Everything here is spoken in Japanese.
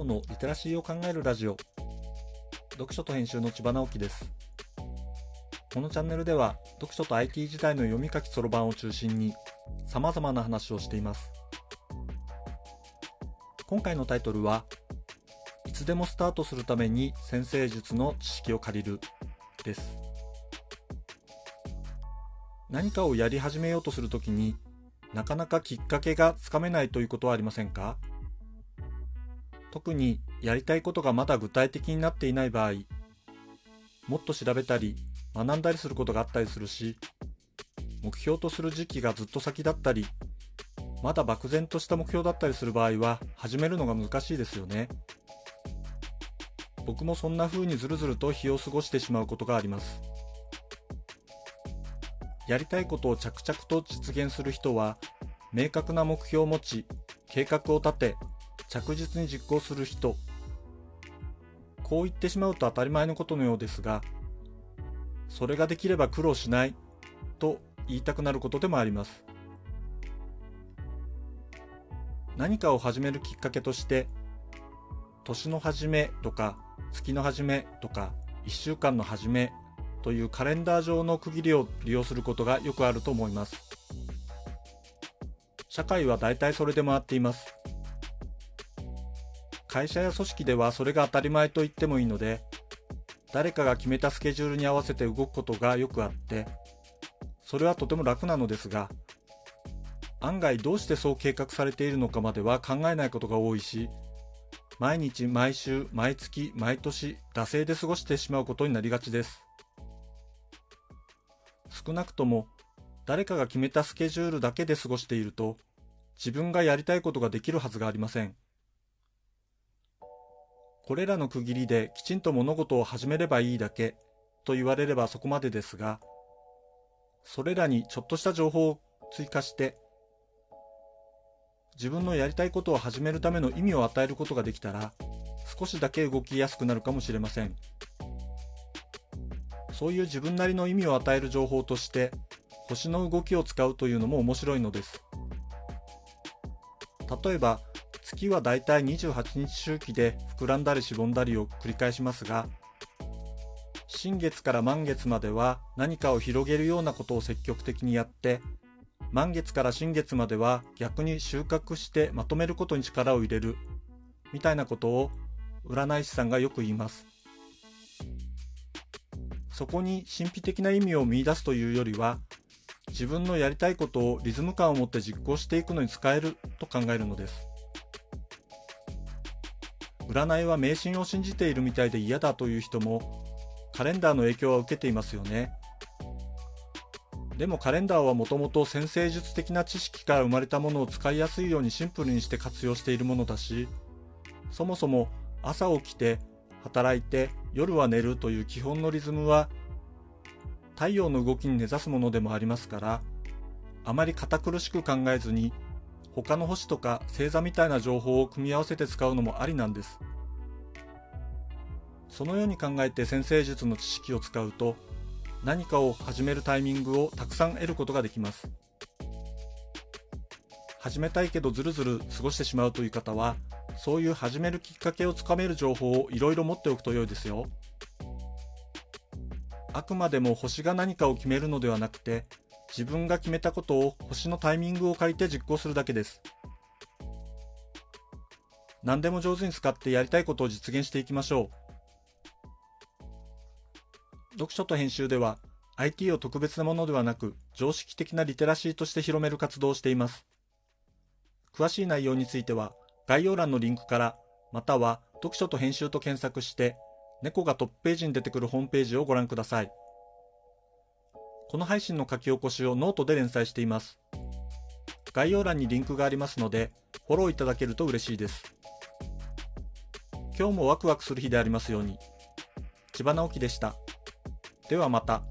尾のリテラシーを考えるラジオ、読書と編集の千葉直樹です。このチャンネルでは読書と IT 時代の読み書きそろばんを中心に様々な話をしています。今回のタイトルは、いつでもスタートするために先生術の知識を借りるです。何かをやり始めようとするときになかなかきっかけがつかめないということはありませんか？特にやりたいことがまだ具体的になっていない場合、もっと調べたり学んだりすることがあったりするし、目標とする時期がずっと先だったり、まだ漠然とした目標だったりする場合は始めるのが難しいですよね。僕もそんな風にずるずると日を過ごしてしまうことがあります。やりたいことを着々と実現する人は、明確な目標を持ち、計画を立て、着実に実行する人。こう言ってしまうと当たり前のことのようですが、それができれば苦労しないと言いたくなることでもあります。何かを始めるきっかけとして、年の初めとか月の初めとか1週間の初めというカレンダー上の区切りを利用することがよくあると思います。社会は大体それで回っています。会社や組織ではそれが当たり前と言ってもいいので、誰かが決めたスケジュールに合わせて動くことがよくあって、それはとても楽なのですが、案外どうしてそう計画されているのかまでは考えないことが多いし、毎日毎週毎月毎年惰性で過ごしてしまうことになりがちです。少なくとも誰かが決めたスケジュールだけで過ごしていると、自分がやりたいことができるはずがありません。これらの区切りできちんと物事を始めればいいだけと言われればそこまでですが、それらにちょっとした情報を追加して、自分のやりたいことを始めるための意味を与えることができたら、少しだけ動きやすくなるかもしれません。そういう自分なりの意味を与える情報として、星の動きを使うというのも面白いのです。例えば、月はだいたい28日周期で膨らんだりしぼんだりを繰り返しますが、新月から満月までは何かを広げるようなことを積極的にやって、満月から新月までは逆に収穫してまとめることに力を入れるみたいなことを占い師さんがよく言います。そこに神秘的な意味を見出すというよりは、自分のやりたいことをリズム感を持って実行していくのに使えると考えるのです。占いは迷信を信じているみたいで嫌だという人もカレンダーの影響は受けていますよね。でもカレンダーはもともと占星術的な知識から生まれたものを使いやすいようにシンプルにして活用しているものだし、そもそも朝起きて働いて夜は寝るという基本のリズムは太陽の動きに根ざすものでもありますから、あまり堅苦しく考えずに他の星とか星座みたいな情報を組み合わせて使うのもありなんです。そのように考えて占星術の知識を使うと、何かを始めるタイミングをたくさん得ることができます。始めたいけどずるずる過ごしてしまうという方は、そういう始めるきっかけをつかめる情報をいろいろ持っておくと良いですよ。あくまでも星が何かを決めるのではなくて、自分が決めたことを星のタイミングを借りて実行するだけです。何でも上手に使ってやりたいことを実現していきましょう。読書と編集では IT を特別なものではなく常識的なリテラシーとして広める活動をしています。詳しい内容については概要欄のリンクから、または読書と編集と検索して猫がトップページに出てくるホームページをご覧ください。この配信の書き起こしをノートで連載しています。概要欄にリンクがありますのでフォローいただけると嬉しいです。今日もワクワクする日でありますように。千葉直樹でした。ではまた。